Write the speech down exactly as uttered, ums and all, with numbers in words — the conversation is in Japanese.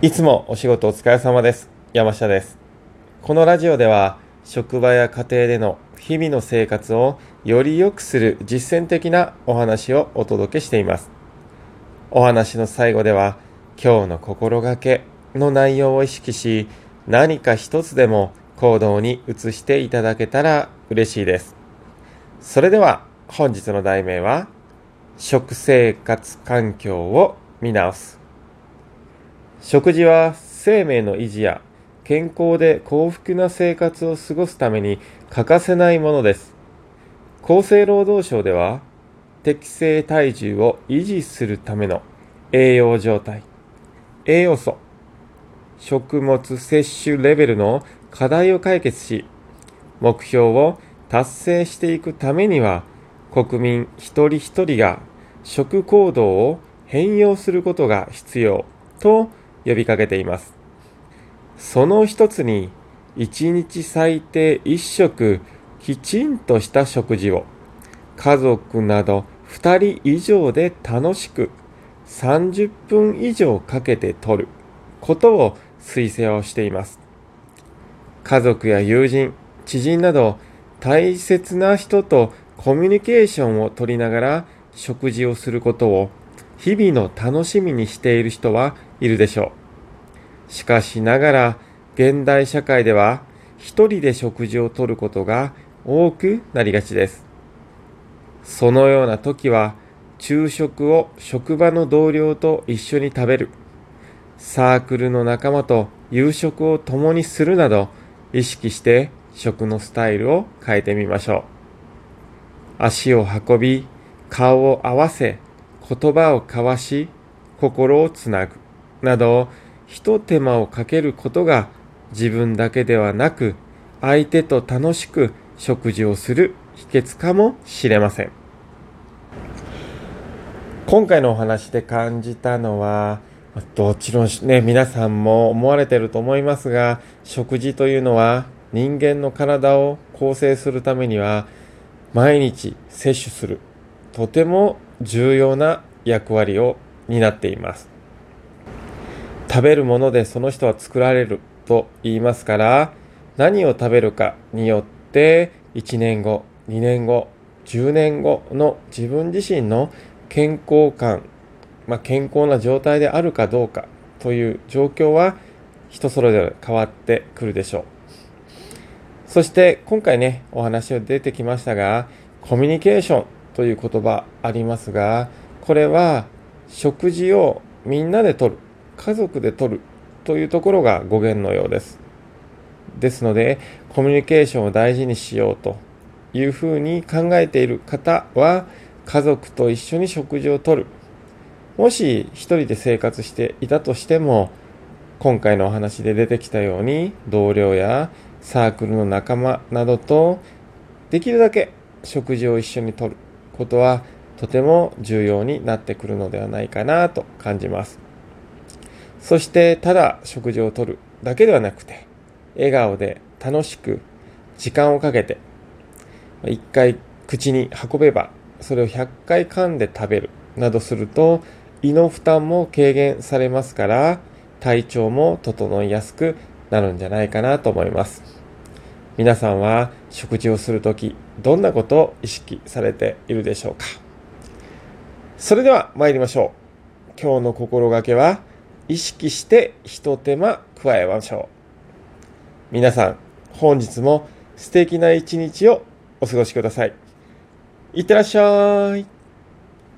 いつもお仕事お疲れ様です。山下です。このラジオでは職場や家庭での日々の生活をより良くする実践的なお話をお届けしています。お話の最後では今日の心がけの内容を意識し、何か一つでも行動に移していただけたら嬉しいです。それでは本日の題名は食生活環境を見直す。食事は生命の維持や健康で幸福な生活を過ごすために欠かせないものです。厚生労働省では、適正体重を維持するための栄養状態、栄養素、食物摂取レベルの課題を解決し、目標を達成していくためには、国民一人一人が食行動を変容することが必要と呼びかけています。その一つに、一日最低一食きちんとした食事を家族など二人以上で楽しくさんじゅっぷん以上かけてとることを推奨しています。家族や友人、知人など大切な人とコミュニケーションを取りながら食事をすることを日々の楽しみにしている人はいるでしょう。しかしながら現代社会では一人で食事をとることが多くなりがちです。そのような時は昼食を職場の同僚と一緒に食べる、サークルの仲間と夕食を共にするなど意識して食のスタイルを変えてみましょう。足を運び、顔を合わせ、言葉を交わし、心をつなぐなど一手間をかけることが自分だけではなく相手と楽しく食事をする秘訣かもしれません。今回のお話で感じたのは、もちろんね、皆さんも思われていると思いますが、食事というのは人間の体を構成するためには毎日摂取するとても重要な役割を担っています。食べるものでその人は作られると言いますから、何を食べるかによっていちねんご、にねんご、じゅうねんごの自分自身の健康感、まあ、健康な状態であるかどうかという状況は人それぞれ変わってくるでしょう。そして今回ね、お話が出てきましたが、コミュニケーションという言葉ありますが、これは食事をみんなでとる、家族でとるというところが語源のようです。ですので、コミュニケーションを大事にしようというふうに考えている方は、家族と一緒に食事をとる。もし一人で生活していたとしても、今回のお話で出てきたように、同僚やサークルの仲間などとできるだけ食事を一緒にとることはとても重要になってくるのではないかなと感じます。そしてただ食事をとるだけではなくて、笑顔で楽しく時間をかけて、いっかい口に運べばそれをひゃっかい噛んで食べるなどすると胃の負担も軽減されますから、体調も整いやすくなるんじゃないかなと思います。皆さんは食事をするときどんなことを意識されているでしょうか。それでは参りましょう。今日の心がけは、意識して一手間加えましょう。皆さん、本日も素敵な一日をお過ごしください。いってらっしゃい。